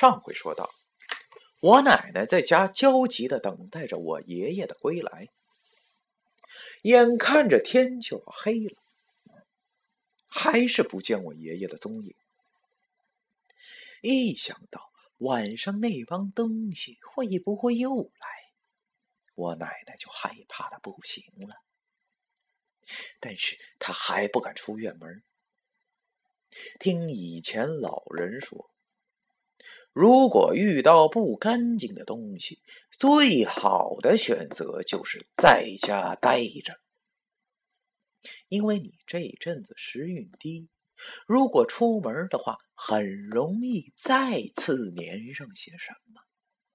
上回说到，我奶奶在家焦急地等待着我爷爷的归来，眼看着天就要黑了，还是不见我爷爷的踪影。一想到晚上那帮东西会不会又来，我奶奶就害怕的不行了。但是她还不敢出院门。听以前老人说，如果遇到不干净的东西，最好的选择就是在家待着。因为你这阵子时运低，如果出门的话，很容易再次粘上些什么。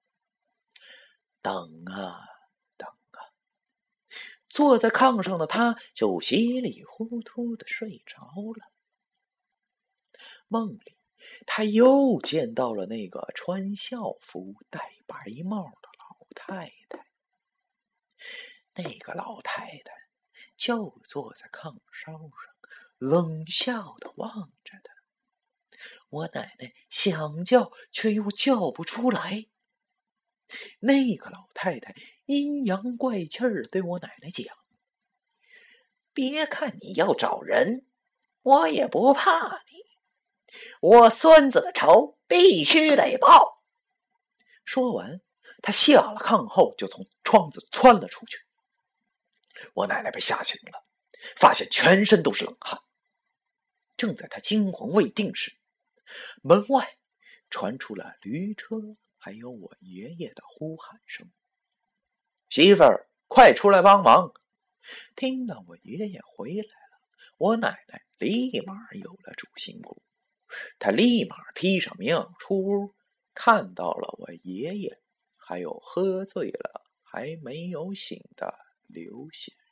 等啊等啊，坐在炕上的他就稀里糊涂的睡着了。梦里他又见到了那个穿校服戴白帽的老太太。那个老太太就坐在炕梢上，冷笑地望着他。我奶奶想叫却又叫不出来。那个老太太阴阳怪气儿对我奶奶讲：别看你要找人，我也不怕你，我孙子的仇必须得报。说完，他下了炕后就从窗子窜了出去。我奶奶被吓醒了，发现全身都是冷汗。正在她惊魂未定时，门外传出了驴车还有我爷爷的呼喊声：媳妇儿，快出来帮忙！听到我爷爷回来了，我奶奶立马有了主心骨。她立马披上棉袄出屋，看到了我爷爷还有喝醉了还没有醒的刘先生。